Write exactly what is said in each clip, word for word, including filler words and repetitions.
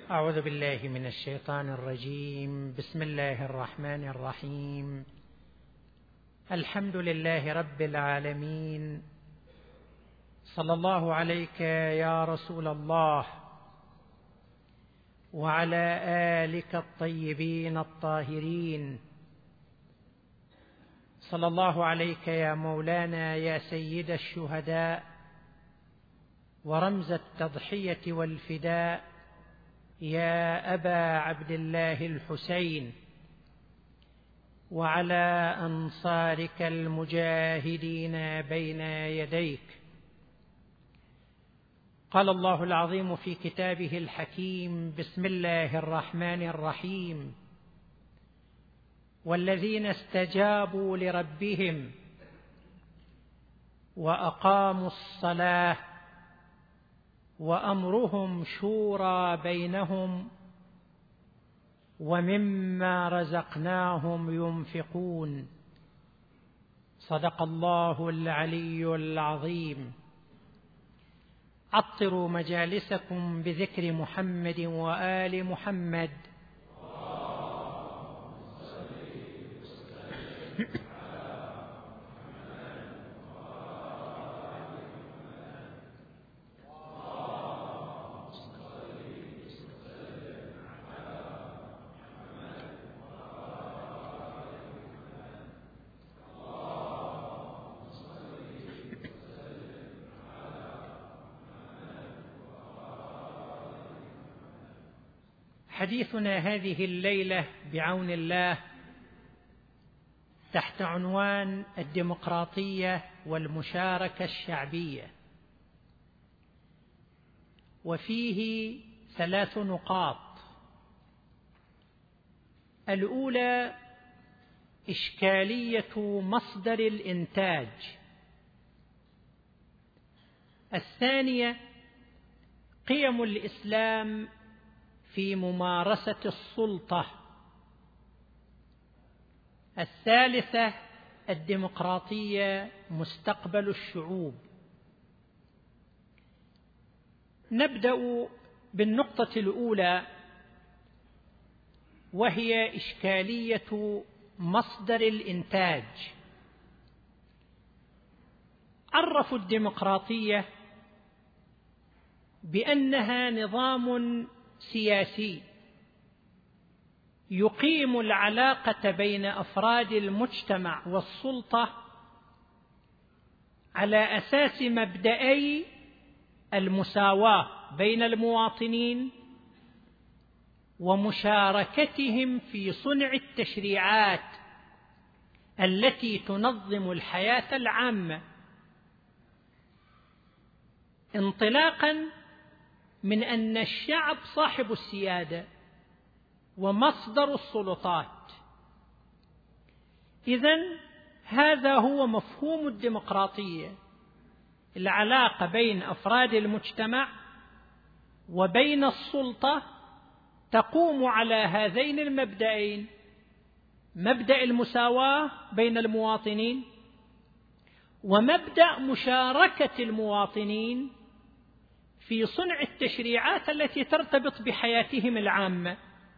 أعوذ بالله من الشيطان الرجيم. بسم الله الرحمن الرحيم. الحمد لله رب العالمين. صلى الله عليك يا رسول الله وعلى آلك الطيبين الطاهرين. صلى الله عليك يا مولانا يا سيد الشهداء ورمز التضحية والفداء، يا أبا عبد الله الحسين، وعلى أنصارك المجاهدين بين يديك. قال الله العظيم في كتابه الحكيم: بسم الله الرحمن الرحيم. والذين استجابوا لربهم وأقاموا الصلاة وأمرهم شورى بينهم ومما رزقناهم ينفقون. صدق الله العلي العظيم. عطروا مجالسكم بذكر محمد وآل محمد. حديثنا هذه الليلة بعون الله تحت عنوان الديمقراطية والمشاركة الشعبية، وفيه ثلاث نقاط. الأولى إشكالية مصدر الإنتاج. الثانية قيم الإسلام في ممارسة السلطة. الثالثة الديمقراطية مستقبل الشعوب. نبدأ بالنقطة الأولى، وهي إشكالية مصدر الإنتاج. عرفوا الديمقراطية بأنها نظام سياسي يقيم العلاقة بين أفراد المجتمع والسلطة على أساس مبدئي المساواة بين المواطنين ومشاركتهم في صنع التشريعات التي تنظم الحياة العامة، انطلاقاً من أن الشعب صاحب السيادة ومصدر السلطات. إذن هذا هو مفهوم الديمقراطية، العلاقة بين أفراد المجتمع وبين السلطة تقوم على هذين المبدأين: مبدأ المساواة بين المواطنين ومبدأ مشاركة المواطنين في صنع التشريعات التي ترتبط بحياتهم العامة.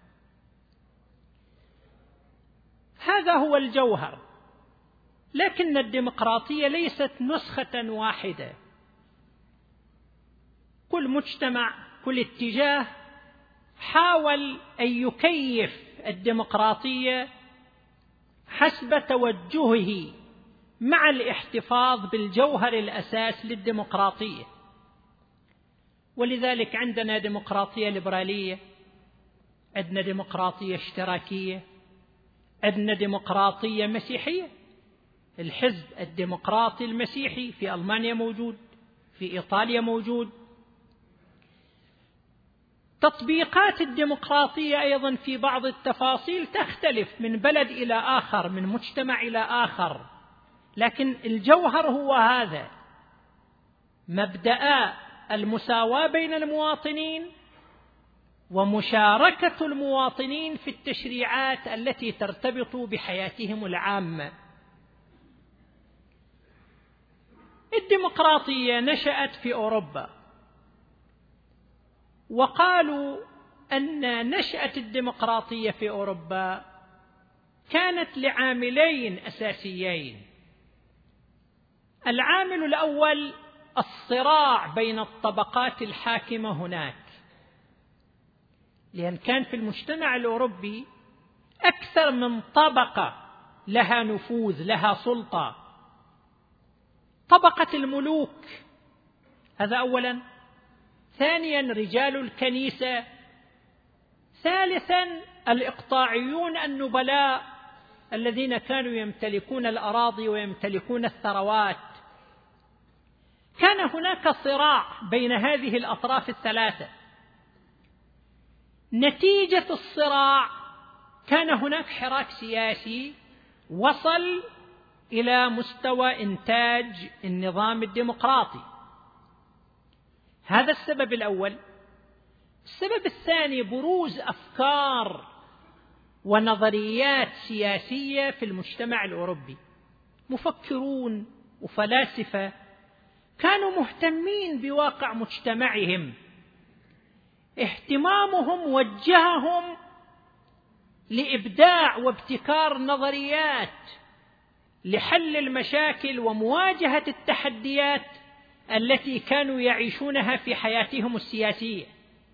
هذا هو الجوهر. لكن الديمقراطية ليست نسخة واحدة. كل مجتمع، كل اتجاه حاول أن يكيف الديمقراطية حسب توجهه مع الاحتفاظ بالجوهر الأساس للديمقراطية. ولذلك عندنا ديمقراطية ليبرالية، عندنا ديمقراطية اشتراكية، عندنا ديمقراطية مسيحية. الحزب الديمقراطي المسيحي في ألمانيا موجود، في إيطاليا موجود. تطبيقات الديمقراطية أيضا في بعض التفاصيل تختلف من بلد إلى آخر، من مجتمع إلى آخر، لكن الجوهر هو هذا: مبدأ المساواة بين المواطنين ومشاركة المواطنين في التشريعات التي ترتبط بحياتهم العامة. الديمقراطية نشأت في أوروبا، وقالوا أن نشأة الديمقراطية في أوروبا كانت لعاملين أساسيين. العامل الأول الصراع بين الطبقات الحاكمة هناك، لأن كان في المجتمع الأوروبي أكثر من طبقة لها نفوذ، لها سلطة. طبقة الملوك، هذا أولا. ثانيا رجال الكنيسة. ثالثا الإقطاعيون النبلاء الذين كانوا يمتلكون الأراضي ويمتلكون الثروات. كان هناك صراع بين هذه الأطراف الثلاثة. نتيجة الصراع كان هناك حراك سياسي وصل إلى مستوى إنتاج النظام الديمقراطي. هذا السبب الأول. السبب الثاني بروز أفكار ونظريات سياسية في المجتمع الأوروبي. مفكرون وفلاسفة كانوا مهتمين بواقع مجتمعهم، اهتمامهم وجههم لإبداع وابتكار نظريات لحل المشاكل ومواجهة التحديات التي كانوا يعيشونها في حياتهم السياسية.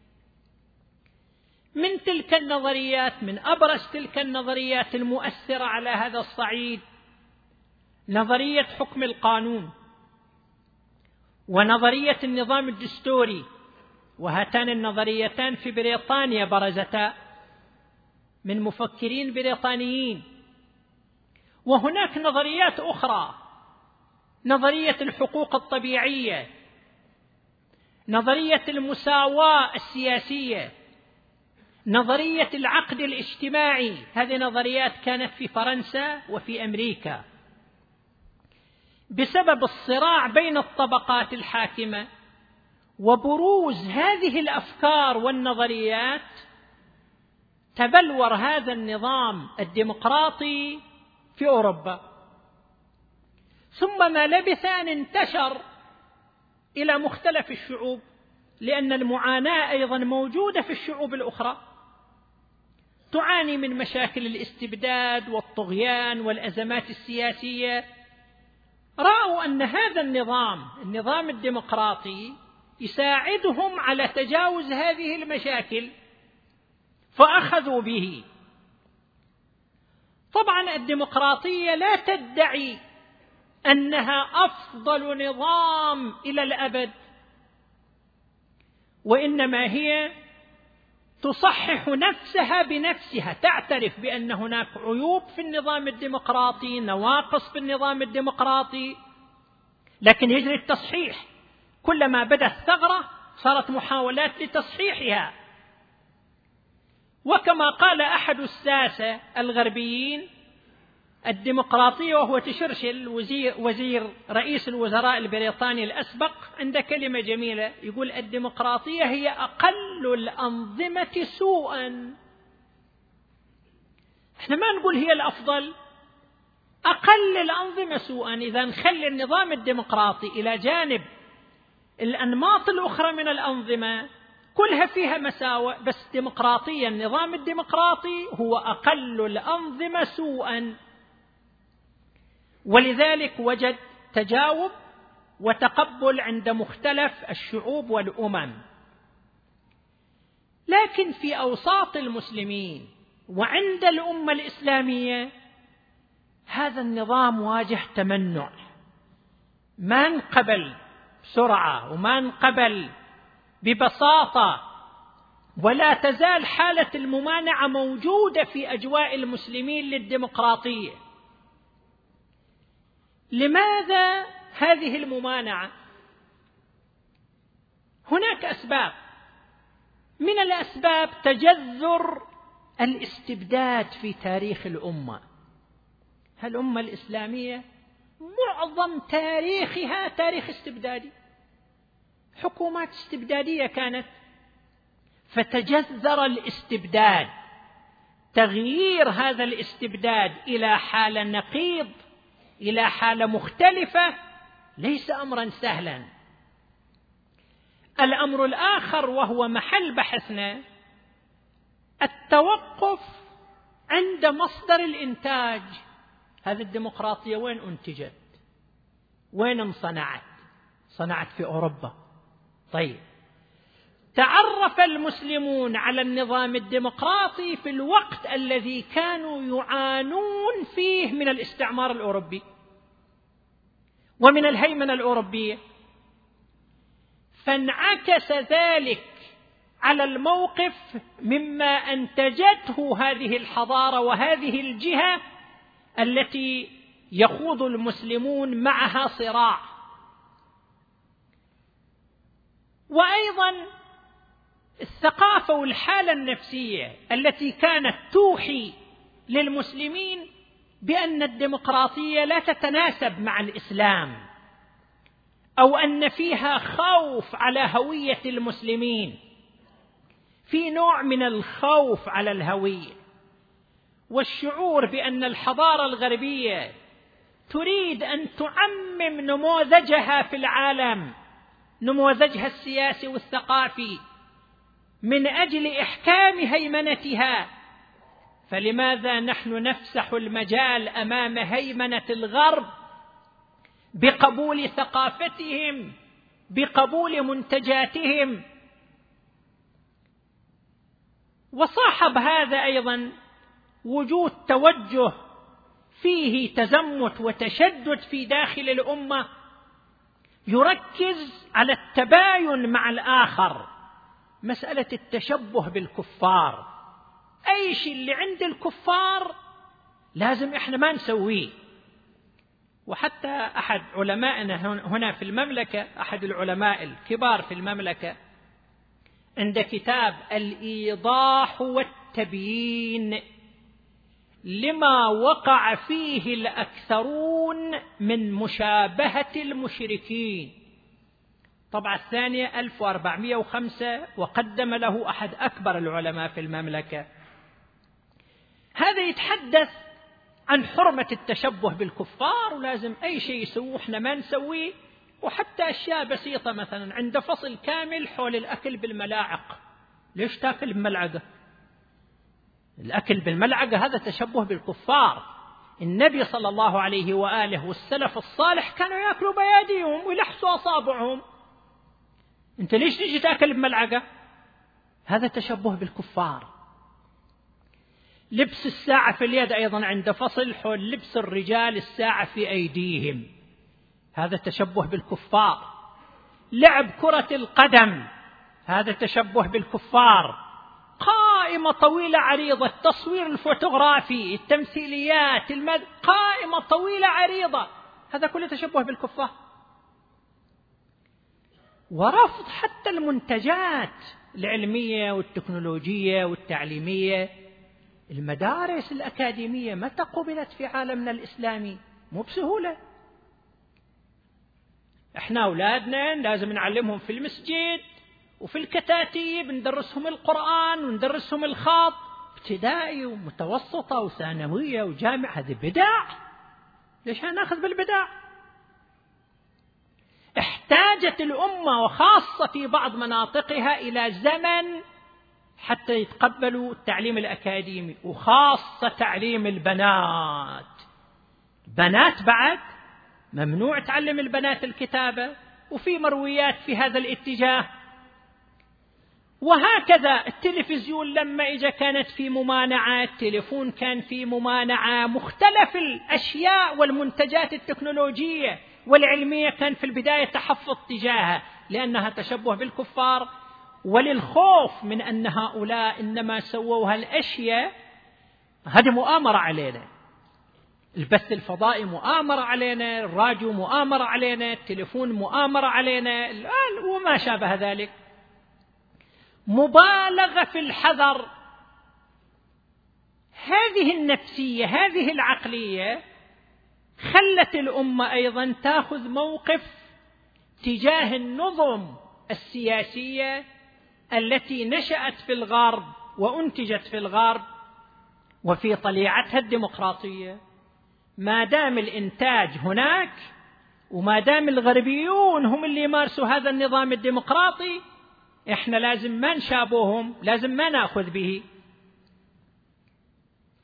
من تلك النظريات، من أبرز تلك النظريات المؤثرة على هذا الصعيد نظرية حكم القانون ونظرية النظام الدستوري، وهاتان النظريتان في بريطانيا برزتا من مفكرين بريطانيين. وهناك نظريات أخرى، نظرية الحقوق الطبيعية، نظرية المساواة السياسية، نظرية العقد الاجتماعي. هذه نظريات كانت في فرنسا وفي أمريكا. بسبب الصراع بين الطبقات الحاكمة وبروز هذه الأفكار والنظريات تبلور هذا النظام الديمقراطي في أوروبا، ثم ما لبث أن انتشر إلى مختلف الشعوب، لأن المعاناة أيضا موجودة في الشعوب الأخرى، تعاني من مشاكل الاستبداد والطغيان والأزمات السياسية. رأوا أن هذا النظام النظام الديمقراطي يساعدهم على تجاوز هذه المشاكل فأخذوا به. طبعا الديمقراطية لا تدعي أنها أفضل نظام إلى الأبد، وإنما هي تصحح نفسها بنفسها، تعترف بأن هناك عيوب في النظام الديمقراطي، نواقص في النظام الديمقراطي، لكن يجري التصحيح. كلما بدت ثغرة صارت محاولات لتصحيحها. وكما قال أحد الساسة الغربيين، الديمقراطية، وهو تشرشل وزير, وزير رئيس الوزراء البريطاني الأسبق، عند كلمة جميلة يقول: الديمقراطية هي أقل الأنظمة سوءا. احنا ما نقول هي الأفضل، أقل الأنظمة سوءا. إذا نخلي النظام الديمقراطي إلى جانب الأنماط الأخرى من الأنظمة كلها فيها مساوئ، بس ديمقراطيا النظام الديمقراطي هو أقل الأنظمة سوءا. ولذلك وجد تجاوب وتقبل عند مختلف الشعوب والأمم. لكن في أوساط المسلمين وعند الأمة الإسلامية هذا النظام واجه تمنع، ما انقبل بسرعة وما انقبل ببساطة، ولا تزال حالة الممانعة موجودة في أجواء المسلمين للديمقراطية. لماذا هذه الممانعة؟ هناك أسباب. من الأسباب تجذر الاستبداد في تاريخ الأمة. الأمة الإسلامية معظم تاريخها تاريخ استبدادي، حكومات استبدادية كانت، فتجذر الاستبداد. تغيير هذا الاستبداد إلى حالة نقيض، إلى حالة مختلفة، ليس أمرا سهلا. الأمر الآخر وهو محل بحثنا التوقف عند مصدر الإنتاج. هذه الديمقراطية وين أنتجت؟ وين انصنعت؟ صنعت في أوروبا. طيب، تعرف المسلمون على النظام الديمقراطي في الوقت الذي كانوا يعانون فيه من الاستعمار الأوروبي ومن الهيمنة الأوروبية، فانعكس ذلك على الموقف مما أنتجته هذه الحضارة وهذه الجهة التي يخوض المسلمون معها صراع. وأيضا الثقافة والحالة النفسية التي كانت توحي للمسلمين بأن الديمقراطية لا تتناسب مع الإسلام، أو أن فيها خوف على هوية المسلمين، في نوع من الخوف على الهوية، والشعور بأن الحضارة الغربية تريد أن تعمم نموذجها في العالم، نموذجها السياسي والثقافي، من أجل إحكام هيمنتها. فلماذا نحن نفسح المجال أمام هيمنة الغرب بقبول ثقافتهم، بقبول منتجاتهم؟ وصاحب هذا أيضا وجود توجه فيه تزمت وتشدد في داخل الأمة، يركز على التباين مع الآخر، مسألة التشبه بالكفار. أي شيء اللي عند الكفار لازم إحنا ما نسويه. وحتى أحد علمائنا هنا في المملكة، أحد العلماء الكبار في المملكة، عند كتاب الإيضاح والتبيين لما وقع فيه الأكثرون من مشابهة المشركين، طبعة الثانية ألف وأربعمائة وخمسة، وقدم له أحد أكبر العلماء في المملكة. هذا يتحدث عن حرمة التشبه بالكفار، ولازم أي شيء يسووه احنا ما نسويه، وحتى أشياء بسيطة مثلا عند فصل كامل حول الأكل بالملاعق. ليش تأكل بملعقة؟ الأكل بالملعقة هذا تشبه بالكفار. النبي صلى الله عليه وآله والسلف الصالح كانوا يأكلوا بأيديهم ويلحسوا أصابعهم، أنت ليش تجي تأكل بملعقة؟ هذا تشبه بالكفار. لبس الساعة في اليد أيضا عند فصل حول لبس الرجال الساعة في أيديهم، هذا تشبه بالكفار. لعب كرة القدم هذا تشبه بالكفار. قائمة طويلة عريضة، التصوير الفوتوغرافي، التمثيليات، المد... قائمة طويلة عريضة، هذا كله تشبه بالكفار. ورفض حتى المنتجات العلمية والتكنولوجية والتعليمية. المدارس الأكاديمية متى قبلت في عالمنا الإسلامي؟ مو بسهولة. احنا أولادنا لازم نعلمهم في المسجد وفي الكتاتيب، ندرسهم القرآن وندرسهم الخط، ابتدائي ومتوسطة وثانوية وجامعة. هذه بدع، ليش هناخذ بالبدع؟ احتاجت الأمة وخاصة في بعض مناطقها إلى زمن حتى يتقبلوا التعليم الأكاديمي، وخاصة تعليم البنات. بنات بعد ممنوع تعلم البنات الكتابة، وفي مرويات في هذا الاتجاه. وهكذا التلفزيون لما إجا كانت في ممانعة، التليفون كان في ممانعة، مختلف الأشياء والمنتجات التكنولوجية والعلمية كان في البداية تحفظ تجاهها، لأنها تشبه بالكفار، وللخوف من أن هؤلاء إنما سووا هالأشياء. هذه مؤامرة علينا، البث الفضائي مؤامرة علينا، الراديو مؤامرة علينا، التليفون مؤامرة علينا، وما شابه ذلك. مبالغة في الحذر. هذه النفسية، هذه العقلية خلت الأمة أيضا تأخذ موقف تجاه النظم السياسية التي نشأت في الغرب وأنتجت في الغرب وفي طليعتها الديمقراطية. ما دام الإنتاج هناك، وما دام الغربيون هم اللي يمارسوا هذا النظام الديمقراطي، إحنا لازم ما نشابههم، لازم ما نأخذ به.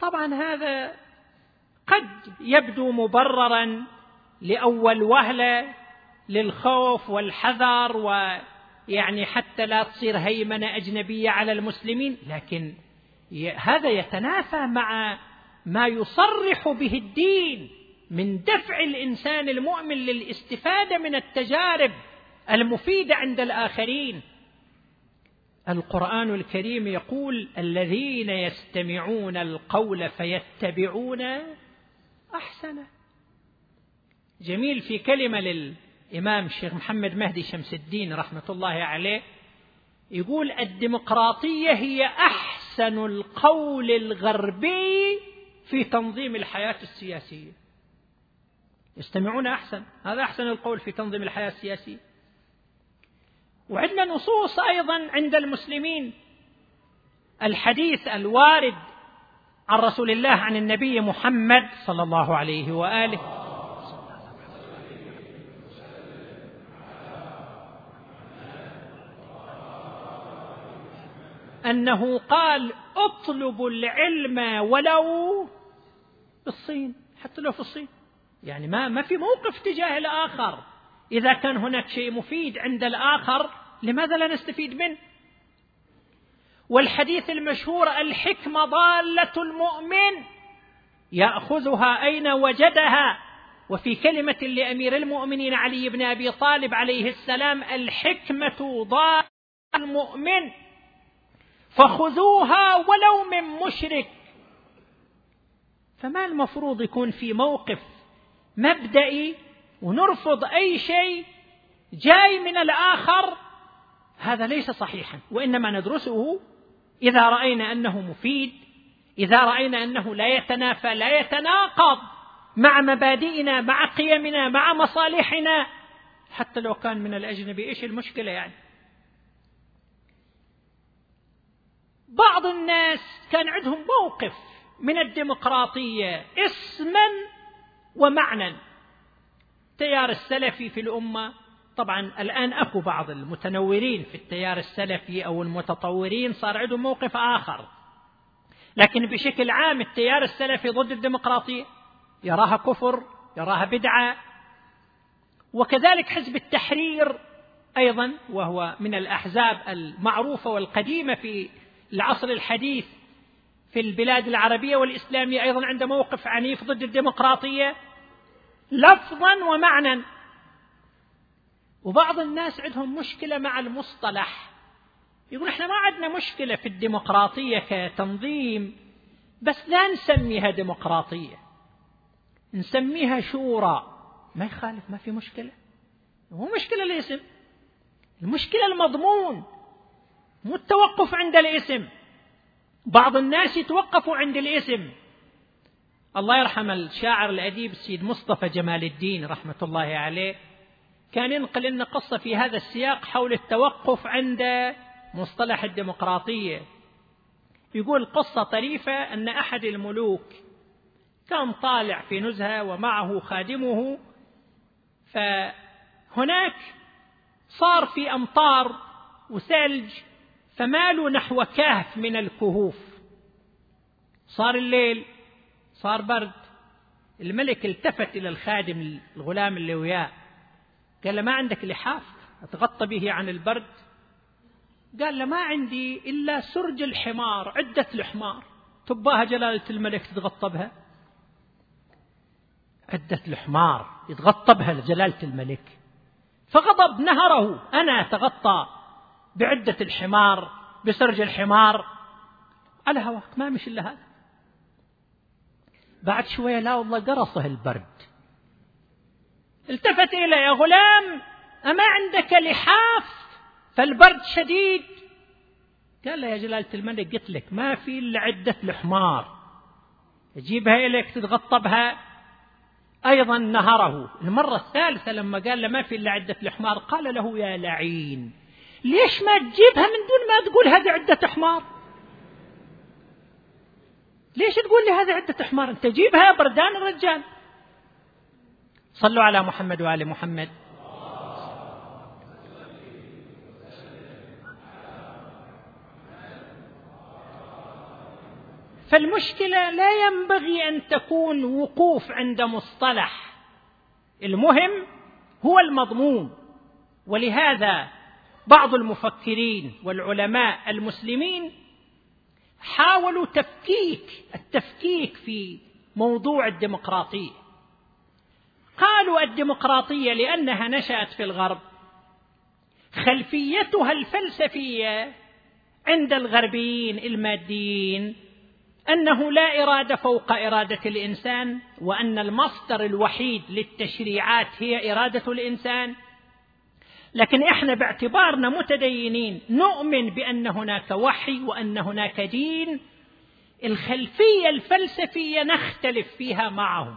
طبعا هذا قد يبدو مبررا لأول وهلة للخوف والحذر، ويعني حتى لا تصير هيمنة أجنبية على المسلمين، لكن هذا يتنافى مع ما يصرح به الدين من دفع الإنسان المؤمن للاستفادة من التجارب المفيدة عند الآخرين. القرآن الكريم يقول: الذين يستمعون القول فيتبعون أحسنه. جميل في كلمة للإمام الشيخ محمد مهدي شمس الدين رحمة الله عليه، يقول: الديمقراطية هي أحسن القول الغربي في تنظيم الحياة السياسية. يستمعون أحسن، هذا أحسن القول في تنظيم الحياة السياسية. وعندنا نصوص أيضا عند المسلمين، الحديث الوارد عن رسول الله عن النبي محمد صلى الله عليه وآله أنه قال: اطلبوا العلم ولو بالصين، حتى لو في الصين، يعني ما ما في موقف تجاه الآخر. إذا كان هناك شيء مفيد عند الآخر لماذا لا نستفيد منه؟ والحديث المشهور: الحكمة ضالة المؤمن يأخذها أين وجدها. وفي كلمة لأمير المؤمنين علي بن أبي طالب عليه السلام: الحكمة ضالة المؤمن فخذوها ولو من مشرك. فما المفروض يكون في موقف مبدئي ونرفض أي شيء جاي من الآخر؟ هذا ليس صحيحا، وإنما ندرسه إذا رأينا أنه مفيد، إذا رأينا أنه لا يتنافى لا يتناقض مع مبادئنا مع قيمنا مع مصالحنا، حتى لو كان من الأجنبي. إيش المشكلة يعني؟ بعض الناس كان عندهم موقف من الديمقراطية اسما ومعنى. التيار السلفي في الأمة، طبعا الآن أكو بعض المتنورين في التيار السلفي أو المتطورين صار عندهم موقف آخر، لكن بشكل عام التيار السلفي ضد الديمقراطية، يراها كفر، يراها بدعة. وكذلك حزب التحرير أيضا، وهو من الأحزاب المعروفة والقديمة في العصر الحديث في البلاد العربية والإسلامية، أيضا عنده موقف عنيف ضد الديمقراطية لفظا ومعنى. وبعض الناس عندهم مشكلة مع المصطلح، يقول احنا ما عندنا مشكلة في الديمقراطية كتنظيم، بس لا نسميها ديمقراطية، نسميها شورى. ما يخالف، ما في مشكلة، مو مشكلة الاسم، المشكلة المضمون، مو التوقف عند الاسم. بعض الناس يتوقفوا عند الاسم. الله يرحم الشاعر الأديب السيد مصطفى جمال الدين رحمة الله عليه، كان ينقل لنا قصة في هذا السياق حول التوقف عند مصطلح الديمقراطية. يقول قصة طريفة أن أحد الملوك كان طالع في نزهة ومعه خادمه، فهناك صار في أمطار وثلج، فمالوا نحو كهف من الكهوف. صار الليل، صار برد. الملك التفت إلى الخادم الغلام اللي وياه، قال له: ما عندك لحاف أتغطى به عن البرد؟ قال له: ما عندي إلا سرج الحمار، عدة الحمار، تباها جلالة الملك تتغطى بها؟ عدة الحمار يتغطى بها لجلالة الملك، فغضب نهره: أنا أتغطى بعدة الحمار بسرج الحمار؟ على هواك، ما مش إلا هذا. بعد شوية: لا والله قرصه البرد. التفت إليه: يا غلام، أما عندك لحاف فالبرد شديد؟ قال له: يا جلالة الملك قلت لك ما في إلا عدة الحمار، أجيبها إليك تتغطى بها؟ أيضا نهره. المرة الثالثة لما قال له ما في إلا عدة الحمار، قال له: يا لعين، ليش ما تجيبها من دون ما تقول هذه عدة حمار؟ ليش تقول لي هذه عدة حمار؟ أنت جيبها بردان الرجال. صلوا على محمد وآل محمد. فالمشكلة لا ينبغي أن تكون وقوف عند مصطلح، المهم هو المضمون. ولهذا بعض المفكرين والعلماء المسلمين حاولوا تفكيك التفكيك في موضوع الديمقراطية. قالوا الديمقراطية لأنها نشأت في الغرب خلفيتها الفلسفية عند الغربيين الماديين أنه لا إرادة فوق إرادة الإنسان، وأن المصدر الوحيد للتشريعات هي إرادة الإنسان. لكن إحنا باعتبارنا متدينين نؤمن بأن هناك وحي وأن هناك دين. الخلفية الفلسفية نختلف فيها معهم،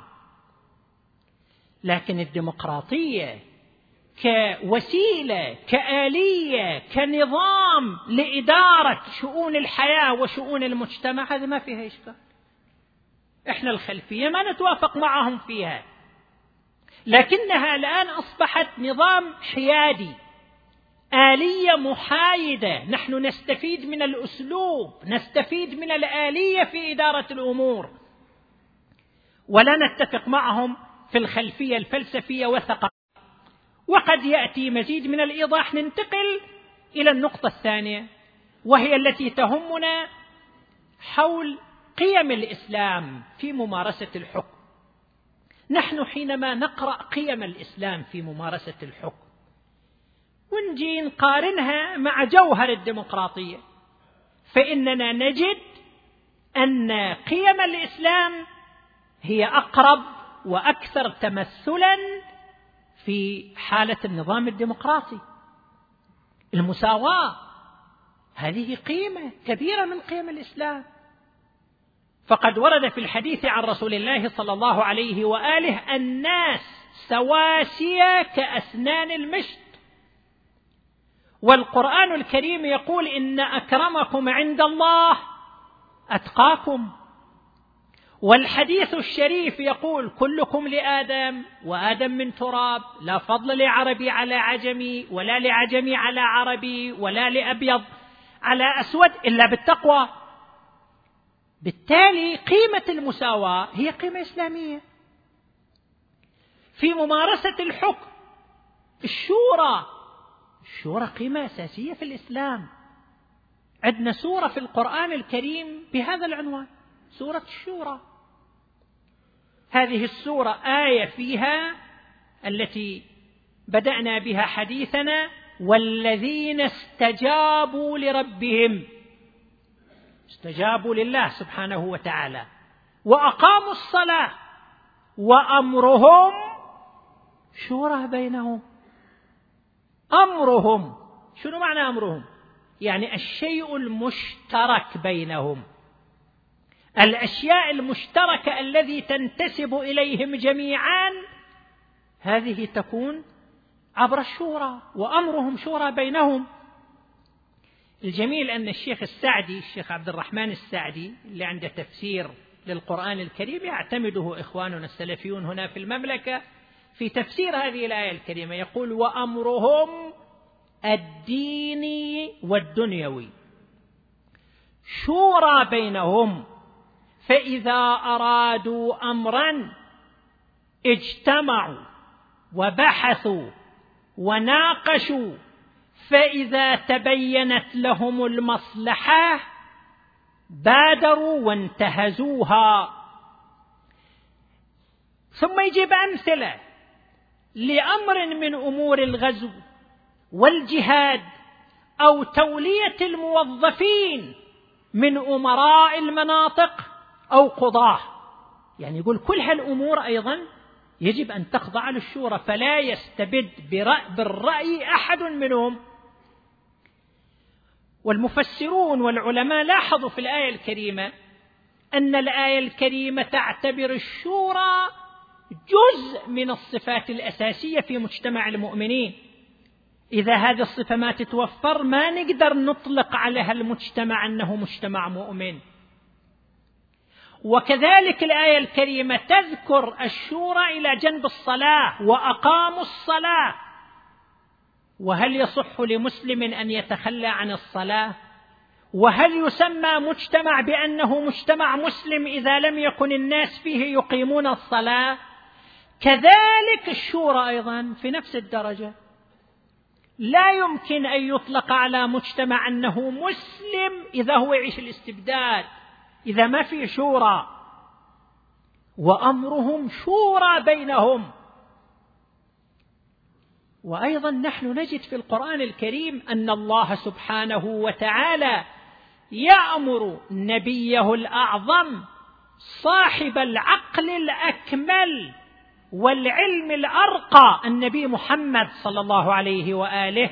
لكن الديمقراطية كوسيلة كآلية كنظام لإدارة شؤون الحياة وشؤون المجتمع هذا ما فيها إشكال. إحنا الخلفية ما نتوافق معهم فيها، لكنها الآن أصبحت نظام حيادي، آلية محايدة. نحن نستفيد من الأسلوب، نستفيد من الآلية في إدارة الأمور، ولا نتفق معهم في الخلفية الفلسفية والثقافية. وقد يأتي مزيد من الإيضاح. ننتقل إلى النقطة الثانية، وهي التي تهمنا حول قيم الإسلام في ممارسة الحكم. نحن حينما نقرأ قيم الإسلام في ممارسة الحكم ونجي نقارنها مع جوهر الديمقراطية، فإننا نجد أن قيم الإسلام هي أقرب وأكثر تمثلا في حالة النظام الديمقراطي. المساواة هذه قيمة كبيرة من قيم الإسلام، فقد ورد في الحديث عن رسول الله صلى الله عليه وآله: الناس سواسية كأسنان المشط. والقرآن الكريم يقول: إن أكرمكم عند الله أتقاكم. والحديث الشريف يقول: كلكم لآدم وآدم من تراب، لا فضل لعربي على عجمي ولا لعجمي على عربي ولا لأبيض على أسود إلا بالتقوى. بالتالي قيمة المساواة هي قيمة إسلامية. في ممارسة الحكم الشورى، الشورى قيمة أساسية في الإسلام. عندنا سورة في القرآن الكريم بهذا العنوان، سورة الشورى. هذه السورة آية فيها التي بدأنا بها حديثنا: والذين استجابوا لربهم، استجابوا لله سبحانه وتعالى، وأقاموا الصلاة وأمرهم شورى بينهم. أمرهم، شنو معنى أمرهم؟ يعني الشيء المشترك بينهم، الأشياء المشتركة الذي تنتسب إليهم جميعا، هذه تكون عبر الشورى، وأمرهم شورى بينهم. الجميل أن الشيخ السعدي، الشيخ عبد الرحمن السعدي، اللي عنده تفسير للقرآن الكريم يعتمده إخواننا السلفيون هنا في المملكة، في تفسير هذه الآية الكريمة يقول: وأمرهم الديني والدنيوي شورى بينهم، فإذا أرادوا أمرا اجتمعوا وبحثوا وناقشوا، فإذا تبينت لهم المصلحة بادروا وانتهزوها. ثم يجيب أمثلة لأمر من أمور الغزو والجهاد أو تولية الموظفين من أمراء المناطق أو قضاة. يعني يقول كل هالأمور أيضا يجب أن تخضع للشورى، فلا يستبد بالرأي أحد منهم. والمفسرون والعلماء لاحظوا في الآية الكريمة أن الآية الكريمة تعتبر الشورى جزء من الصفات الأساسية في مجتمع المؤمنين. إذا هذه الصفة ما تتوفر ما نقدر نطلق عليها المجتمع أنه مجتمع مؤمن. وكذلك الآية الكريمة تذكر الشورى إلى جنب الصلاة: وأقاموا الصلاة. وهل يصح لمسلم أن يتخلى عن الصلاة؟ وهل يسمى مجتمع بأنه مجتمع مسلم إذا لم يكن الناس فيه يقيمون الصلاة؟ كذلك الشورى أيضا في نفس الدرجة. لا يمكن أن يطلق على مجتمع أنه مسلم إذا هو يعيش الاستبداد، إذا ما في شورى، وأمرهم شورى بينهم. وأيضا نحن نجد في القرآن الكريم أن الله سبحانه وتعالى يأمر نبيه الأعظم صاحب العقل الأكمل والعلم الأرقى النبي محمد صلى الله عليه وآله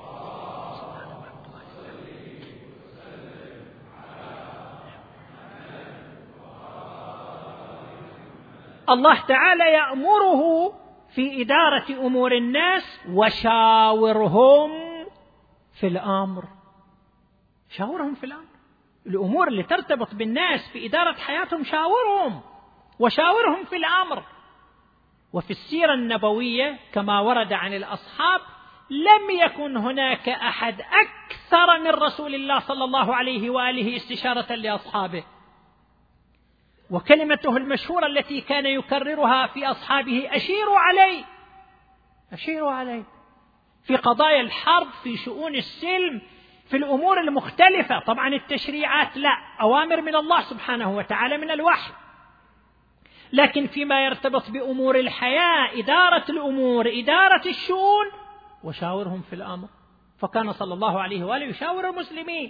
الله تعالى يأمره في إدارة أمور الناس: وشاورهم في الأمر. شاورهم في الأمر، الأمور اللي ترتبط بالناس في إدارة حياتهم شاورهم، وشاورهم في الأمر. وفي السيرة النبوية كما ورد عن الأصحاب لم يكن هناك أحد أكثر من رسول الله صلى الله عليه وآله استشارة لأصحابه. وكلمته المشهورة التي كان يكررها في أصحابه: أشيروا علي، أشيروا علي، في قضايا الحرب، في شؤون السلم، في الأمور المختلفة. طبعا التشريعات لا، أوامر من الله سبحانه وتعالى من الوحي، لكن فيما يرتبط بأمور الحياة، إدارة الأمور، إدارة الشؤون، وشاورهم في الأمر. فكان صلى الله عليه وآله يشاور المسلمين.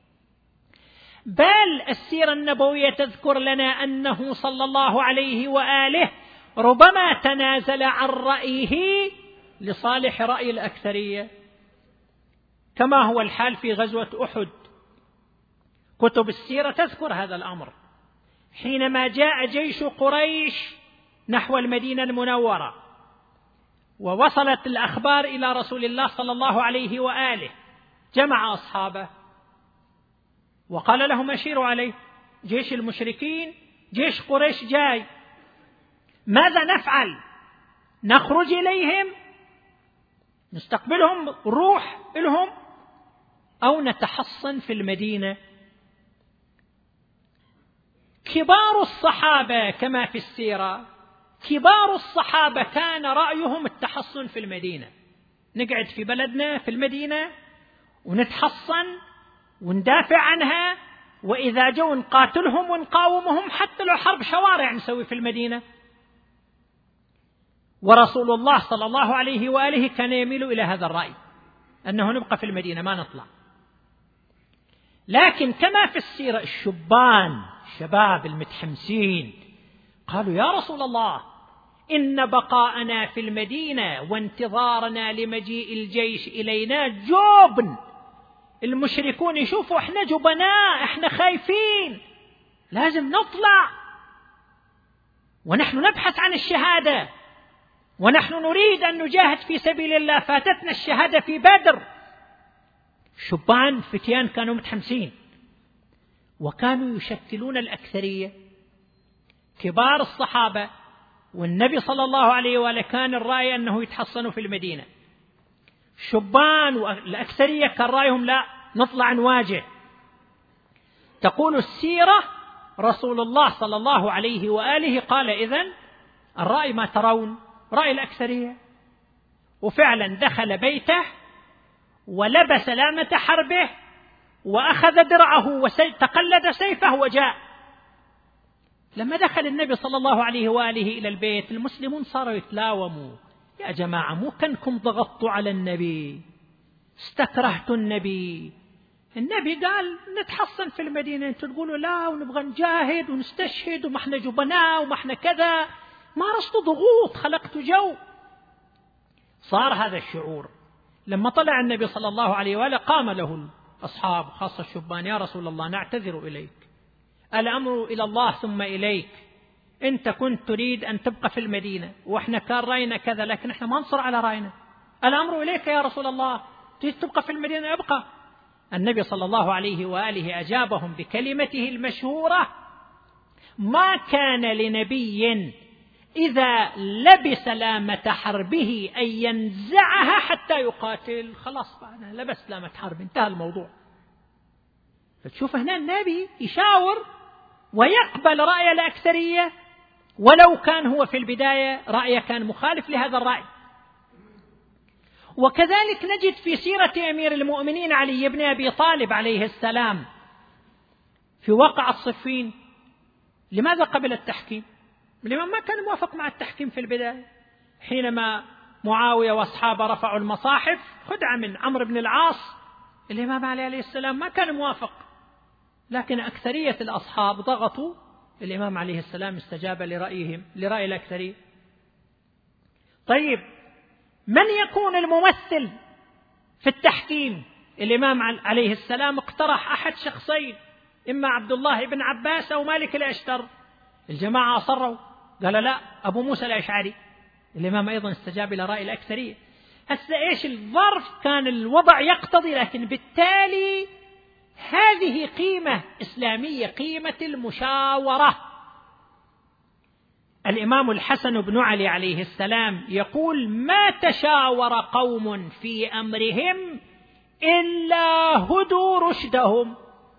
بل السيرة النبوية تذكر لنا أنه صلى الله عليه وآله ربما تنازل عن رأيه لصالح رأي الأكثرية، كما هو الحال في غزوة أحد. كتب السيرة تذكر هذا الأمر. حينما جاء جيش قريش نحو المدينة المنورة ووصلت الأخبار إلى رسول الله صلى الله عليه وآله، جمع أصحابه وقال لهم: أشيروا عليه، جيش المشركين، جيش قريش جاي، ماذا نفعل؟ نخرج إليهم نستقبلهم روح إلهم، أو نتحصن في المدينة؟ كبار الصحابة كما في السيرة، كبار الصحابة كان رأيهم التحصن في المدينة، نقعد في بلدنا في المدينة ونتحصن وندافع عنها، وإذا جو نقاتلهم ونقاومهم، حتى لو حرب شوارع نسوي في المدينة. ورسول الله صلى الله عليه وآله كان يميل إلى هذا الرأي، أنه نبقى في المدينة ما نطلع. لكن كما في السيرة الشبان، الشباب المتحمسين، قالوا: يا رسول الله، إن بقاءنا في المدينة وانتظارنا لمجيء الجيش إلينا جبن، المشركون يشوفوا إحنا جبناء، إحنا خايفين، لازم نطلع، ونحن نبحث عن الشهادة، ونحن نريد أن نجاهد في سبيل الله، فاتتنا الشهادة في بدر. شبان فتيان كانوا متحمسين، وكانوا يشكلون الأكثرية، كبار الصحابة، والنبي صلى الله عليه وآله كان الرأي أنه يتحصنوا في المدينة. شبان والأكثرية كان رأيهم لا، نطلع نواجه. تقول السيرة: رسول الله صلى الله عليه وآله قال: إذن الرأي ما ترون، رأي الأكثرية. وفعلا دخل بيته ولبس لامة حربه وأخذ درعه وتقلد سيفه وجاء. لما دخل النبي صلى الله عليه وآله إلى البيت، المسلمون صاروا يتلاوموا: يا جماعة، مو كنكم ضغطوا على النبي، استكرهتوا النبي، النبي قال نتحصن في المدينة، انتوا تقولوا لا ونبغى نجاهد ونستشهد وما احنا جبناء وما احنا كذا، مارستوا ضغوط، خلقتوا جو. صار هذا الشعور. لما طلع النبي صلى الله عليه وآله قام له الأصحاب خاصة الشبان: يا رسول الله، نعتذر إليك، الأمر إلى الله ثم إليك، أنت كنت تريد أن تبقى في المدينة وإحنا كان رأينا كذا، لكن إحنا ما نصر على رأينا، الأمر إليك يا رسول الله، تريد تبقى في المدينة ابقى. النبي صلى الله عليه وآله أجابهم بكلمته المشهورة: ما كان لنبي إذا لبس لامة حربه أن ينزعها حتى يقاتل. خلاص، بعد لبس لامة حرب، انتهى الموضوع. فتشوف هنا النبي يشاور ويقبل رأي الأكثرية ولو كان هو في البداية رأيه كان مخالف لهذا الرأي. وكذلك نجد في سيرة أمير المؤمنين علي بن أبي طالب عليه السلام في واقعة صفين، لماذا قبل التحكيم؟ الإمام ما كان موافق مع التحكيم في البداية، حينما معاوية وأصحابه رفعوا المصاحف خدعة من عمرو بن العاص، الإمام علي عليه السلام ما كان موافق، لكن أكثرية الأصحاب ضغطوا، الإمام عليه السلام استجاب لرأيهم لرأي الأكثرية. طيب من يكون الممثل في التحكيم؟ الإمام عليه السلام اقترح أحد شخصين، إما عبد الله بن عباس أو مالك الأشتر، الجماعة أصروا قال لا أبو موسى الأشعري، الإمام أيضا استجاب إلى رأي الأكثرية. هسه إيش الظرف؟ كان الوضع يقتضي، لكن بالتالي هذه قيمة إسلامية، قيمة المشاورة. الإمام الحسن بن علي عليه السلام يقول ما تشاور قوم في أمرهم إلا هدوا رشدهم.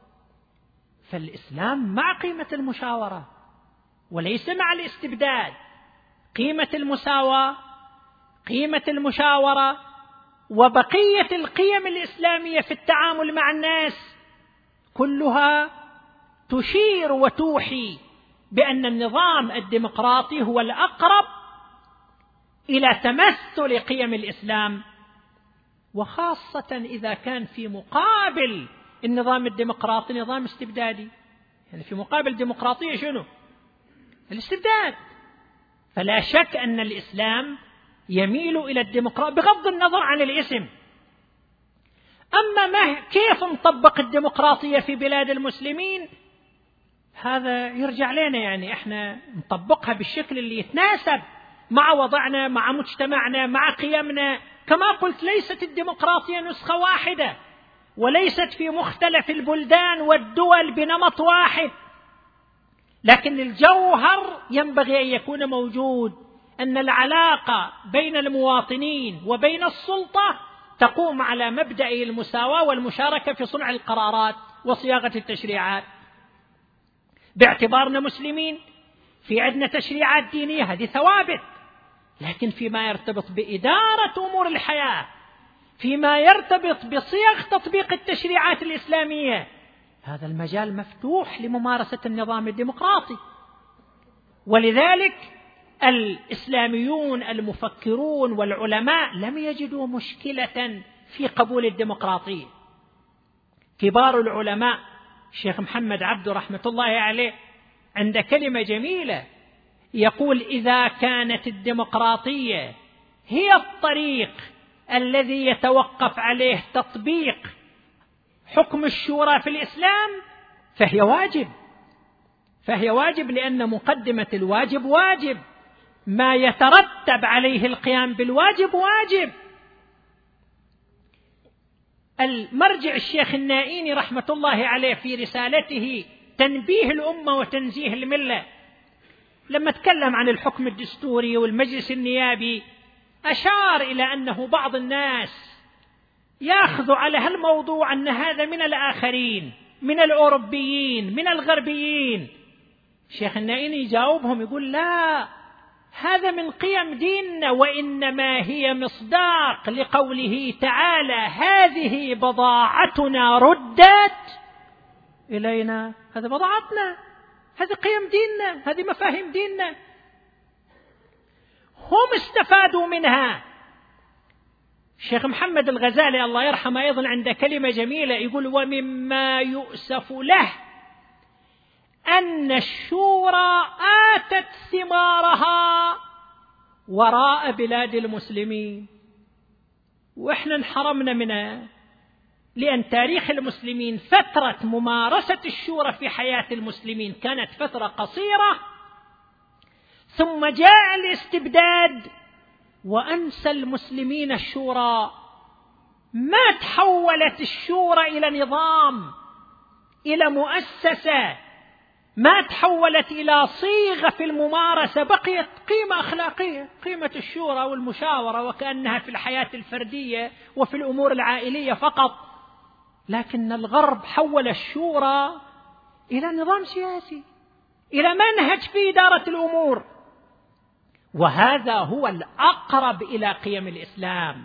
فالإسلام مع قيمة المشاورة وليس مع الاستبداد، قيمة المساواة، قيمة المشاورة، وبقية القيم الإسلامية في التعامل مع الناس كلها تشير وتوحي بأن النظام الديمقراطي هو الأقرب إلى تمثل قيم الإسلام، وخاصة إذا كان في مقابل النظام الديمقراطي نظام استبدادي. يعني في مقابل الديمقراطية شنو؟ الاستبداد. فلا شك أن الإسلام يميل إلى الديمقراطية بغض النظر عن الاسم. أما ما كيف نطبق الديمقراطية في بلاد المسلمين هذا يرجع لنا، يعني احنا نطبقها بالشكل اللي يتناسب مع وضعنا، مع مجتمعنا، مع قيمنا. كما قلت ليست الديمقراطية نسخة واحدة، وليست في مختلف البلدان والدول بنمط واحد، لكن الجوهر ينبغي أن يكون موجود، أن العلاقة بين المواطنين وبين السلطة تقوم على مبدأ المساواة والمشاركة في صنع القرارات وصياغة التشريعات. باعتبارنا مسلمين في عندنا تشريعات دينية هذه ثوابت، لكن فيما يرتبط بإدارة أمور الحياة، فيما يرتبط بصيغ تطبيق التشريعات الإسلامية، هذا المجال مفتوح لممارسة النظام الديمقراطي. ولذلك الإسلاميون المفكرون والعلماء لم يجدوا مشكلة في قبول الديمقراطية. كبار العلماء الشيخ محمد عبده رحمة الله عليه عند كلمة جميلة يقول إذا كانت الديمقراطية هي الطريق الذي يتوقف عليه تطبيق حكم الشورى في الإسلام فهي واجب، فهي واجب لأن مقدمة الواجب واجب، ما يترتب عليه القيام بالواجب واجب. المرجع الشيخ النائيني رحمة الله عليه في رسالته تنبيه الأمة وتنزيه الملة لما تكلم عن الحكم الدستوري والمجلس النيابي أشار إلى أنه بعض الناس يأخذ على هالموضوع أن هذا من الآخرين، من الأوروبيين، من الغربيين. الشيخ النائيني يجاوبهم يقول لا، هذا من قيم ديننا، وإنما هي مصداق لقوله تعالى هذه بضاعتنا ردت إلينا. هذا بضاعتنا، هذه قيم ديننا، هذه مفاهيم ديننا، هم استفادوا منها. الشيخ محمد الغزالي الله يرحمه أيضا عند كلمة جميلة يقول ومما يؤسف له أن الشورى آتت ثمارها وراء بلاد المسلمين وإحنا انحرمنا منها، لأن تاريخ المسلمين فترة ممارسة الشورى في حياة المسلمين كانت فترة قصيرة، ثم جاء الاستبداد وأنسى المسلمين الشورى. ما تحولت الشورى إلى نظام، إلى مؤسسة، ما تحولت إلى صيغة في الممارسة، بقيت قيمة أخلاقية، قيمة الشورى والمشاورة، وكأنها في الحياة الفردية وفي الأمور العائلية فقط. لكن الغرب حول الشورى إلى نظام سياسي، إلى منهج في إدارة الأمور، وهذا هو الأقرب إلى قيم الإسلام.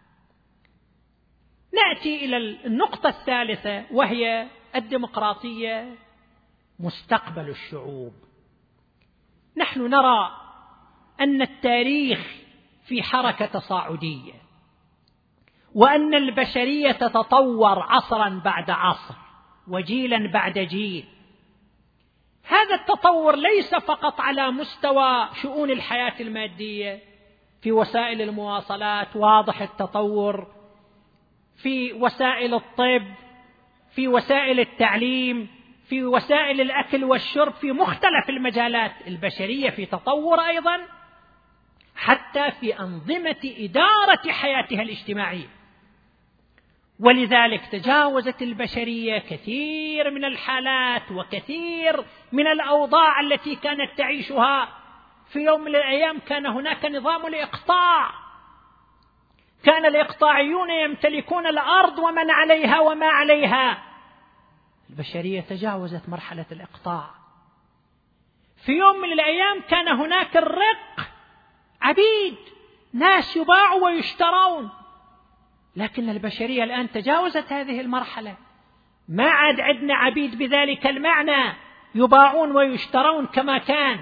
نأتي إلى النقطة الثالثة وهي الديمقراطية مستقبل الشعوب. نحن نرى أن التاريخ في حركة تصاعدية، وأن البشرية تتطور عصرا بعد عصر وجيلا بعد جيل. هذا التطور ليس فقط على مستوى شؤون الحياة المادية، في وسائل المواصلات واضح التطور، في وسائل الطب، في وسائل التعليم، في وسائل الأكل والشرب، في مختلف المجالات البشرية في تطور أيضا، حتى في أنظمة إدارة حياتها الاجتماعية. ولذلك تجاوزت البشرية كثير من الحالات وكثير من الأوضاع التي كانت تعيشها. في يوم من الأيام كان هناك نظام الإقطاع، كان الإقطاعيون يمتلكون الأرض ومن عليها وما عليها. البشرية تجاوزت مرحلة الإقطاع. في يوم من الأيام كان هناك الرق، عبيد، ناس يباعوا ويشترون، لكن البشرية الآن تجاوزت هذه المرحلة، ما عاد عندنا عبيد بذلك المعنى يباعون ويشترون كما كان.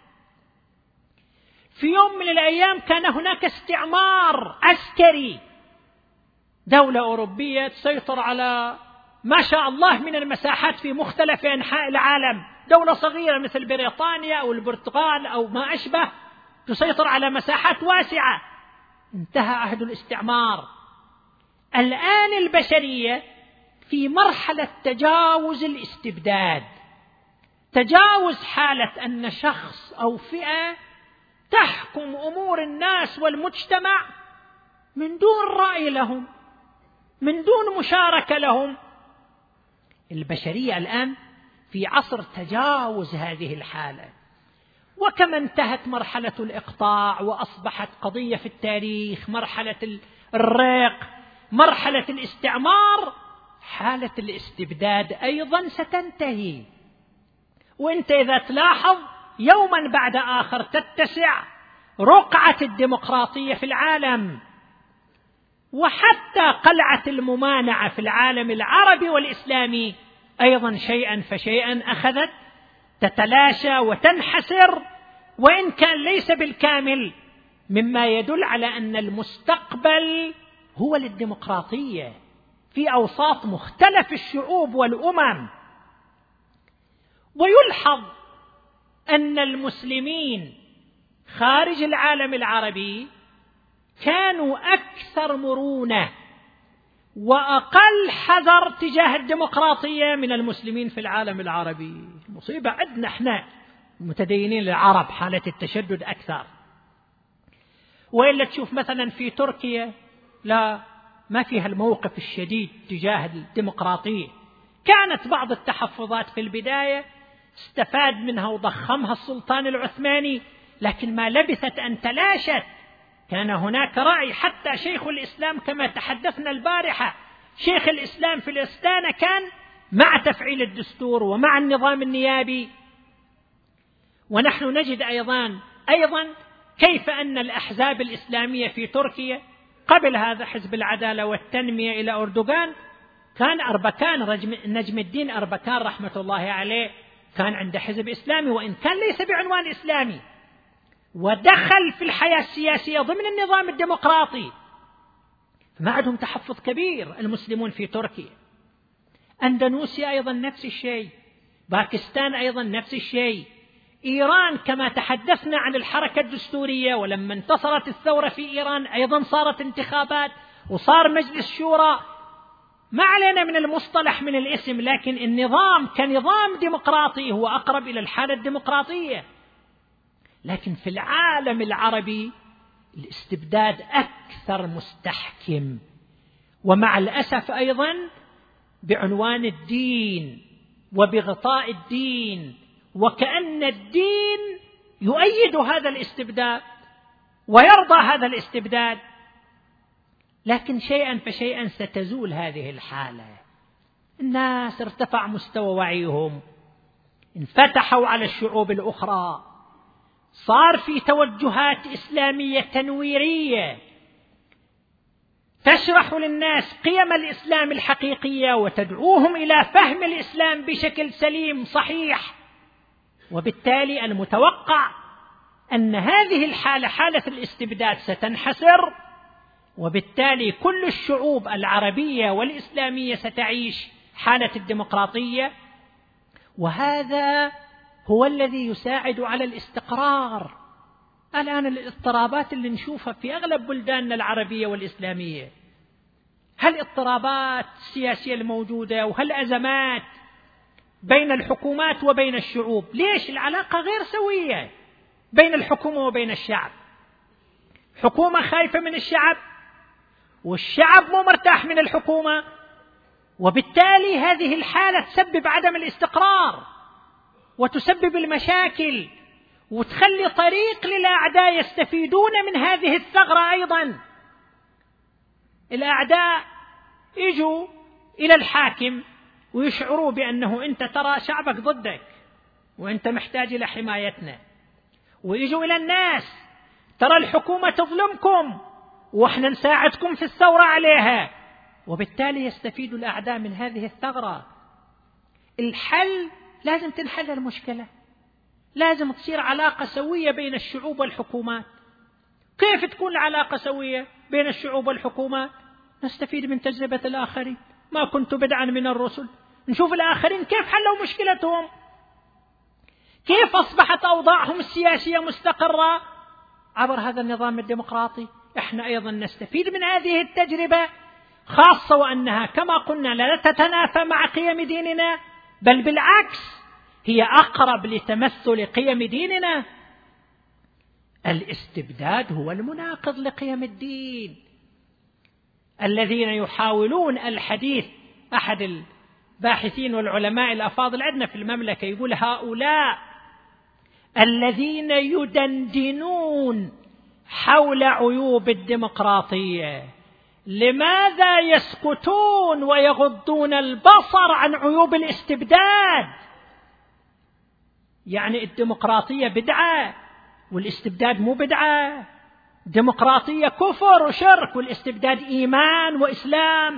في يوم من الأيام كان هناك استعمار عسكري، دولة أوروبية تسيطر على ما شاء الله من المساحات في مختلف أنحاء العالم، دولة صغيرة مثل بريطانيا أو البرتغال أو ما أشبه تسيطر على مساحات واسعة. انتهى عهد الاستعمار. الآن البشرية في مرحلة تجاوز الاستبداد، تجاوز حالة أن شخص أو فئة تحكم أمور الناس والمجتمع من دون رأي لهم، من دون مشاركة لهم. البشرية الآن في عصر تجاوز هذه الحالة. وكما انتهت مرحلة الإقطاع وأصبحت قضية في التاريخ مرحلة الرق، مرحلة الاستعمار، حالة الاستبداد أيضا ستنتهي. وانت إذا تلاحظ يوما بعد آخر تتسع رقعة الديمقراطية في العالم، وحتى قلعة الممانعة في العالم العربي والإسلامي أيضا شيئا فشيئا أخذت تتلاشى وتنحسر، وإن كان ليس بالكامل، مما يدل على أن المستقبل هو للديمقراطية في أوساط مختلف الشعوب والأمم. ويلحظ أن المسلمين خارج العالم العربي كانوا أكثر مرونة وأقل حذر تجاه الديمقراطية من المسلمين في العالم العربي. المصيبة عندنا احنا المتدينين العرب حالة التشدد أكثر. وإلا تشوف مثلا في تركيا لا، ما فيها الموقف الشديد تجاه الديمقراطية. كانت بعض التحفظات في البداية استفاد منها وضخمها السلطان العثماني، لكن ما لبثت أن تلاشت. كان هناك رأي، حتى شيخ الإسلام كما تحدثنا البارحة، شيخ الإسلام في الإستانة كان مع تفعيل الدستور ومع النظام النيابي. ونحن نجد أيضا أيضا كيف أن الأحزاب الإسلامية في تركيا قبل هذا حزب العدالة والتنمية إلى أردوغان، كان أربكان نجم الدين أربكان رحمة الله عليه كان عنده حزب إسلامي، وإن كان ليس بعنوان إسلامي، ودخل في الحياة السياسية ضمن النظام الديمقراطي. ما عندهم تحفظ كبير المسلمون في تركيا. أندونيسيا أيضا نفس الشيء، باكستان أيضا نفس الشيء، إيران كما تحدثنا عن الحركة الدستورية، ولما انتصرت الثورة في إيران أيضا صارت انتخابات وصار مجلس شورى. ما علينا من المصطلح من الاسم، لكن النظام كنظام ديمقراطي هو أقرب إلى الحالة الديمقراطية. لكن في العالم العربي الاستبداد أكثر مستحكم، ومع الأسف أيضا بعنوان الدين وبغطاء الدين، وكأن الدين يؤيد هذا الاستبداد ويرضى هذا الاستبداد. لكن شيئا فشيئا ستزول هذه الحالة، الناس ارتفع مستوى وعيهم، انفتحوا على الشعوب الأخرى، صار في توجهات إسلامية تنويرية تشرح للناس قيم الإسلام الحقيقية وتدعوهم إلى فهم الإسلام بشكل سليم صحيح. وبالتالي المتوقع أن هذه الحالة، حالة الاستبداد، ستنحسر، وبالتالي كل الشعوب العربية والإسلامية ستعيش حالة الديمقراطية، وهذا هو الذي يساعد على الاستقرار. الآن الاضطرابات اللي نشوفها في أغلب بلداننا العربية والإسلامية، هالاضطرابات السياسية الموجودة وهالأزمات بين الحكومات وبين الشعوب، ليش؟ العلاقة غير سوية بين الحكومة وبين الشعب. حكومة خايفة من الشعب والشعب مو مرتاح من الحكومة، وبالتالي هذه الحالة تسبب عدم الاستقرار وتسبب المشاكل وتخلي طريق للأعداء يستفيدون من هذه الثغرة. أيضا الأعداء يجوا إلى الحاكم ويشعروا بأنه أنت ترى شعبك ضدك وأنت محتاج إلى حمايتنا، ويجوا إلى الناس ترى الحكومة تظلمكم وإحنا نساعدكم في الثورة عليها، وبالتالي يستفيد الأعداء من هذه الثغرة. الحل لازم تنحل المشكلة، لازم تصير علاقة سوية بين الشعوب والحكومات. كيف تكون العلاقة سوية بين الشعوب والحكومات؟ نستفيد من تجربة الآخرين. ما كنت بدعا من الرسل، نشوف الآخرين كيف حلوا مشكلتهم، كيف أصبحت أوضاعهم السياسية مستقرة عبر هذا النظام الديمقراطي. احنا أيضا نستفيد من هذه التجربة، خاصة وأنها كما قلنا لا تتنافى مع قيم ديننا، بل بالعكس هي أقرب لتمثل قيم ديننا. الاستبداد هو المناقض لقيم الدين. الذين يحاولون الحديث، أحد الباحثين والعلماء الأفاضل عندنا في المملكة يقول هؤلاء الذين يدندنون حول عيوب الديمقراطية لماذا يسكتون ويغضون البصر عن عيوب الاستبداد؟ يعني الديمقراطية بدعة والاستبداد مو بدعة، ديمقراطية كفر وشرك والاستبداد إيمان وإسلام.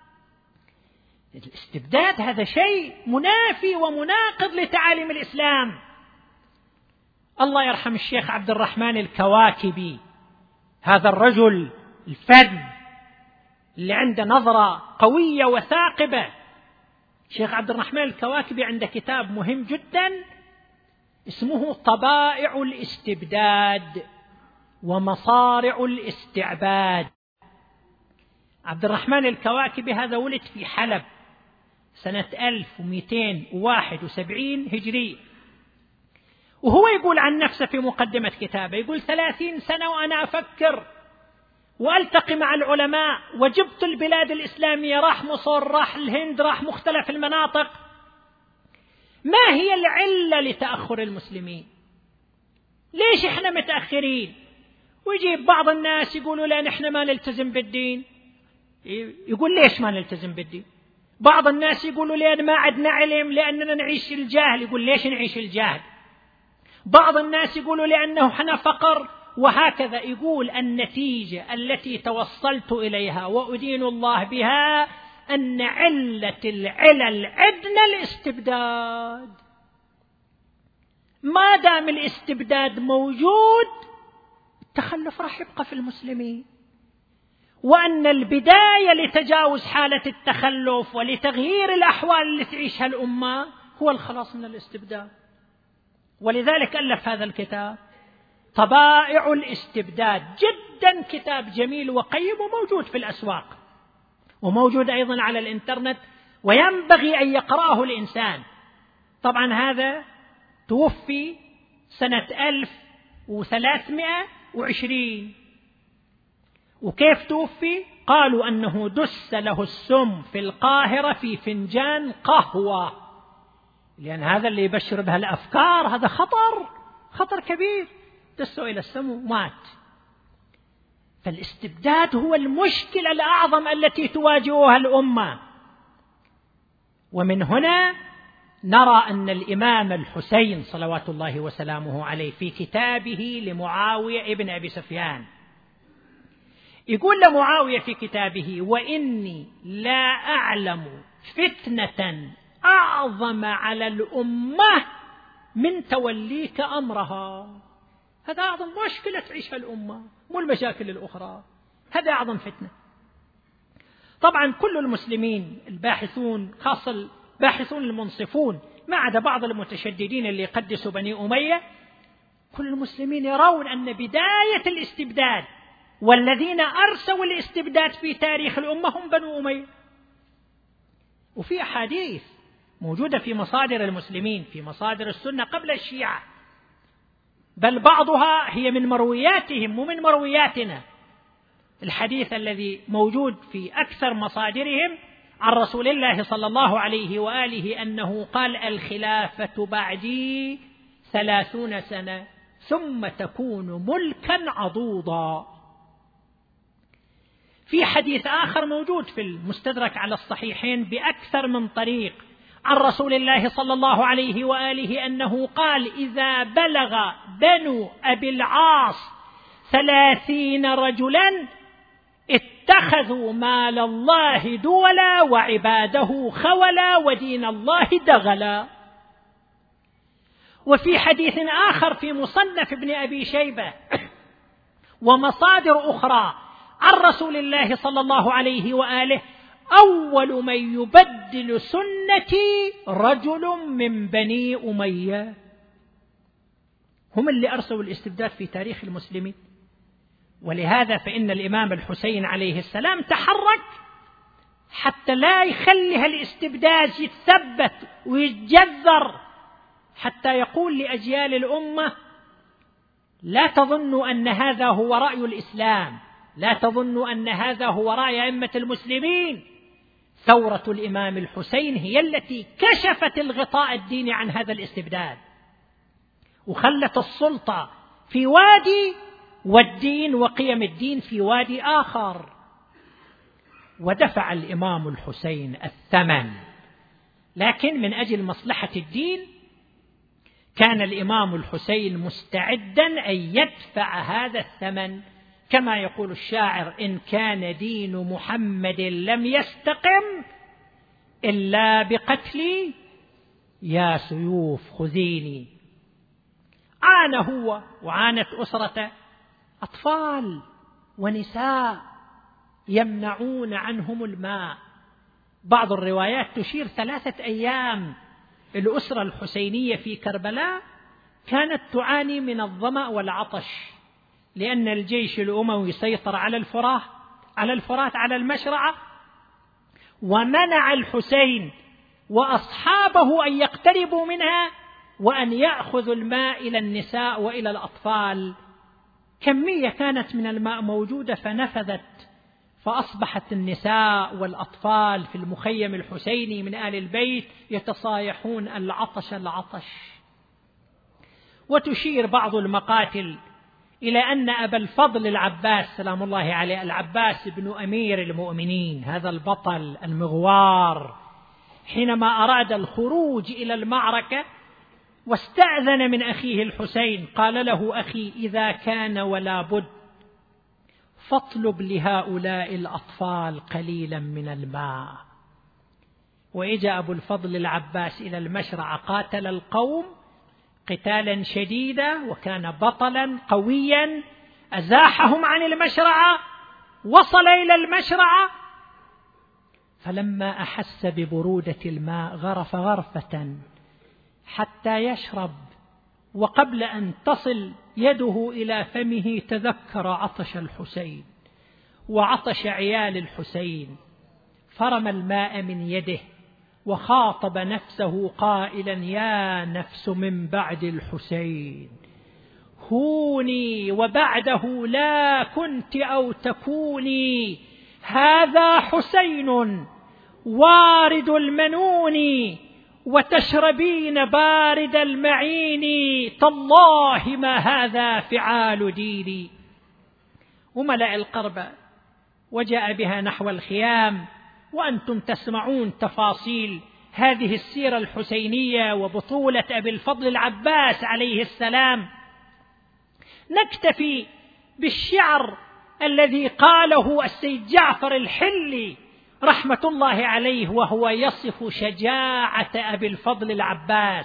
الاستبداد هذا شيء منافي ومناقض لتعاليم الإسلام. الله يرحم الشيخ عبد الرحمن الكواكبي، هذا الرجل الفذ اللي عنده نظرة قوية وثاقبة. الشيخ عبد الرحمن الكواكبي عنده كتاب مهم جدا اسمه طبائع الاستبداد ومصارع الاستعباد. عبد الرحمن الكواكبي هذا ولد في حلب سنة ألف ومئتين وواحد وسبعين هجري، وهو يقول عن نفسه في مقدمة كتابه، يقول ثلاثين سنة وأنا أفكر وألتقي مع العلماء، وجبت البلاد الإسلامية، راح مصر، راح الهند، راح مختلف المناطق. ما هي العلة لتأخر المسلمين؟ ليش إحنا متأخرين؟ ويجيب بعض الناس يقولوا لا نحن ما نلتزم بالدين. يقول ليش ما نلتزم بالدين؟ بعض الناس يقولوا لأن ما عندنا علم لأننا نعيش الجاهل. يقول ليش نعيش الجاهل؟ بعض الناس يقولوا لأنه حنا فقر، وهكذا. يقول النتيجة التي توصلت إليها وأدين الله بها أن علة العلل عندنا الاستبداد. ما دام الاستبداد موجود التخلف راح يبقى في المسلمين، وأن البداية لتجاوز حالة التخلف ولتغيير الأحوال اللي تعيشها الأمة هو الخلاص من الاستبداد. ولذلك ألف هذا الكتاب طبائع الاستبداد، جدا كتاب جميل وقيم وموجود في الأسواق وموجود أيضا على الإنترنت، وينبغي أن يقرأه الإنسان. طبعا هذا توفي سنة ألف وثلاثمائة وعشرين. وكيف توفي؟ قالوا أنه دس له السم في القاهرة في فنجان قهوة، لأن هذا اللي يبشر بها الأفكار هذا خطر خطر كبير. دسوا إلى السم ومات. فالاستبداد هو المشكلة الأعظم التي تواجهها الأمة. ومن هنا نرى أن الإمام الحسين صلوات الله وسلامه عليه في كتابه لمعاوية ابن أبي سفيان يقول لمعاوية في كتابه: وإني لا أعلم فتنة أعظم على الأمة من توليك أمرها. هذا أعظم مشكلة تعيشها الأمة، مو المشاكل الأخرى، هذا أعظم فتنة. طبعا كل المسلمين الباحثون، خاصة الباحثون المنصفون ما عدا بعض المتشددين اللي يقدسوا بني أمية، كل المسلمين يرون أن بداية الاستبداد والذين أرسوا الاستبداد في تاريخ الأمة هم بنو أمية. وفي أحاديث موجودة في مصادر المسلمين، في مصادر السنة قبل الشيعة، بل بعضها هي من مروياتهم ومن مروياتنا. الحديث الذي موجود في أكثر مصادرهم عن رسول الله صلى الله عليه وآله أنه قال: الخلافة بعدي ثلاثون سنة ثم تكون ملكا عضوضا. في حديث آخر موجود في المستدرك على الصحيحين بأكثر من طريق عن رسول الله صلى الله عليه وآله أنه قال: إذا بلغ بنو أبي العاص ثلاثين رجلا اتخذوا مال الله دولا وعباده خولا ودين الله دغلا. وفي حديث آخر في مصنف ابن أبي شيبة ومصادر أخرى عن رسول الله صلى الله عليه وآله: أول من يبدل سنتي رجل من بني أمية. هم اللي أرسلوا الاستبداد في تاريخ المسلمين. ولهذا فإن الإمام الحسين عليه السلام تحرك حتى لا يخلي هالاستبداد يتثبت ويتجذر، حتى يقول لأجيال الأمة: لا تظنوا أن هذا هو رأي الإسلام، لا تظنوا أن هذا هو رأي أئمة المسلمين. ثورة الإمام الحسين هي التي كشفت الغطاء الديني عن هذا الاستبداد وخلت السلطة في وادي والدين وقيم الدين في وادي آخر. ودفع الإمام الحسين الثمن، لكن من أجل مصلحة الدين كان الإمام الحسين مستعدا أن يدفع هذا الثمن، كما يقول الشاعر: إن كان دين محمد لم يستقم إلا بقتلي يا سيوف خذيني. عانى هو وعانت أسرته، أطفال ونساء يمنعون عنهم الماء. بعض الروايات تشير ثلاثة أيام الأسرة الحسينية في كربلاء كانت تعاني من الظمأ والعطش، لأن الجيش الأموي سيطر على الفرات على الفرات على المشرعة، ومنع الحسين وأصحابه أن يقتربوا منها وأن يأخذوا الماء إلى النساء وإلى الأطفال. كمية كانت من الماء موجودة فنفذت، فأصبحت النساء والأطفال في المخيم الحسيني من آل البيت يتصايحون: العطش العطش. وتشير بعض المقاتل إلى أن أبا الفضل العباس سلام الله عليه، العباس بن أمير المؤمنين، هذا البطل المغوار، حينما أراد الخروج إلى المعركة واستأذن من أخيه الحسين قال له: أخي إذا كان ولا بد فاطلب لهؤلاء الأطفال قليلا من الماء. وإجى أبو الفضل العباس إلى المشرع، قاتل القوم قتالا شديدا وكان بطلا قويا، أزاحهم عن المشرعة، وصل إلى المشرعة، فلما أحس ببرودة الماء غرف غرفة حتى يشرب، وقبل أن تصل يده إلى فمه تذكر عطش الحسين وعطش عيال الحسين، فرمى الماء من يده وخاطب نفسه قائلا: يا نفس من بعد الحسين هوني وبعده لا كنت أو تكوني، هذا حسين وارد المنون وتشربين بارد المعين، تالله ما هذا فعال ديني. وملأ القربة وجاء بها نحو الخيام، وأنتم تسمعون تفاصيل هذه السيرة الحسينية وبطولة أبي الفضل العباس عليه السلام، نكتفي بالشعر الذي قاله السيد جعفر الحلي رحمة الله عليه وهو يصف شجاعة أبي الفضل العباس: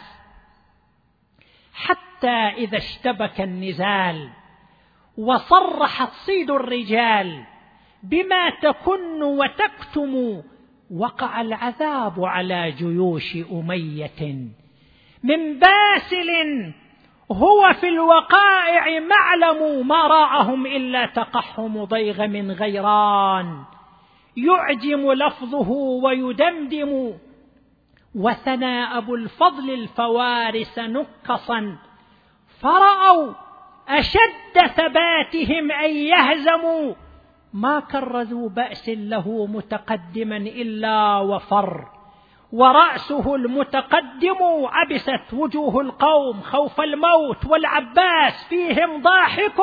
حتى إذا اشتبك النزال وصرحت صيد الرجال بما تكن وتكتم، وقع العذاب على جيوش أمية من باسل هو في الوقائع معلم، ما راعهم إلا تقحم ضيغم غيران، يعجم لفظه ويدمدم. وثنى أبو الفضل الفوارس نقصا، فرأوا أشد ثباتهم أن يهزموا، ما كرذوا بأس له متقدما إلا وفر، ورأسه المتقدم عبست وجوه القوم خوف الموت، والعباس فيهم ضاحك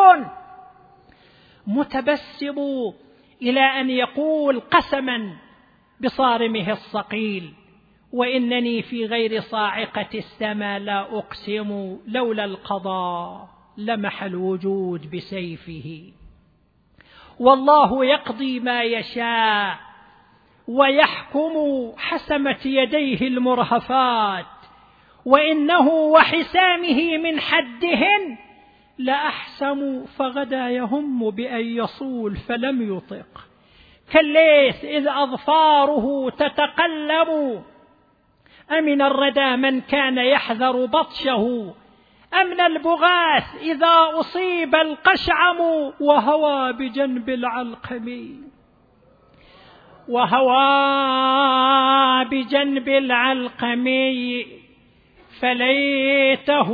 متبسم، إلى أن يقول قسما بصارمه الصقيل: وإنني في غير صاعقة السماء لا أقسم، لولا القضاء لمح الوجود بسيفه. والله يقضي ما يشاء ويحكم، حسمت يديه المرهفات، وإنه وحسامه من حدهن لأحسم، فغدا يهم بأن يصول فلم يطق، كالليث إذ أظفاره تتقلب. أمن الردى من كان يحذر بطشه، أمن البغاث إذا أصيب القشعم، وهوى بجنب العلقم وهوى بجنب العلقم فليته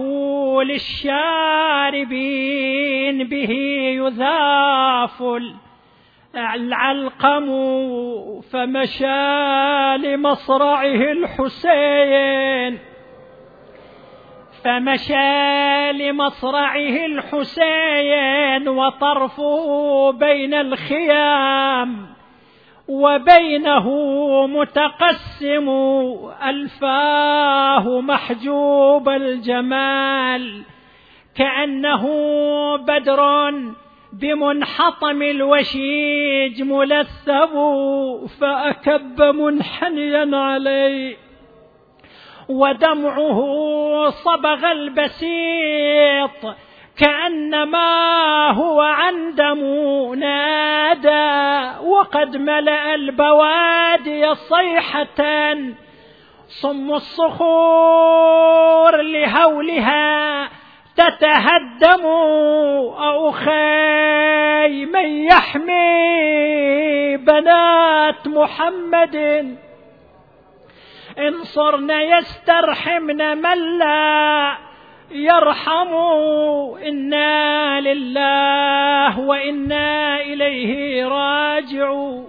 للشاربين به يذاف العلقم. فمشى لمصرعه الحسين فمشى لمصرعه الحسين وطرفه بين الخيام، وبينه متقسم ألفاه محجوب الجمال، كأنه بدر بمنحطم الوشيج ملثب، فأكب منحنيا عليه ودمعه صبغ البسيط، كأنما هو عندم نادى، وقد ملأ البوادي صيحة، صم الصخور لهولها تتهدم. أخي من يحمي بنات محمد، إن صرن يسترحمن من لا يرحم. إنا لله وإنا إليه راجعون.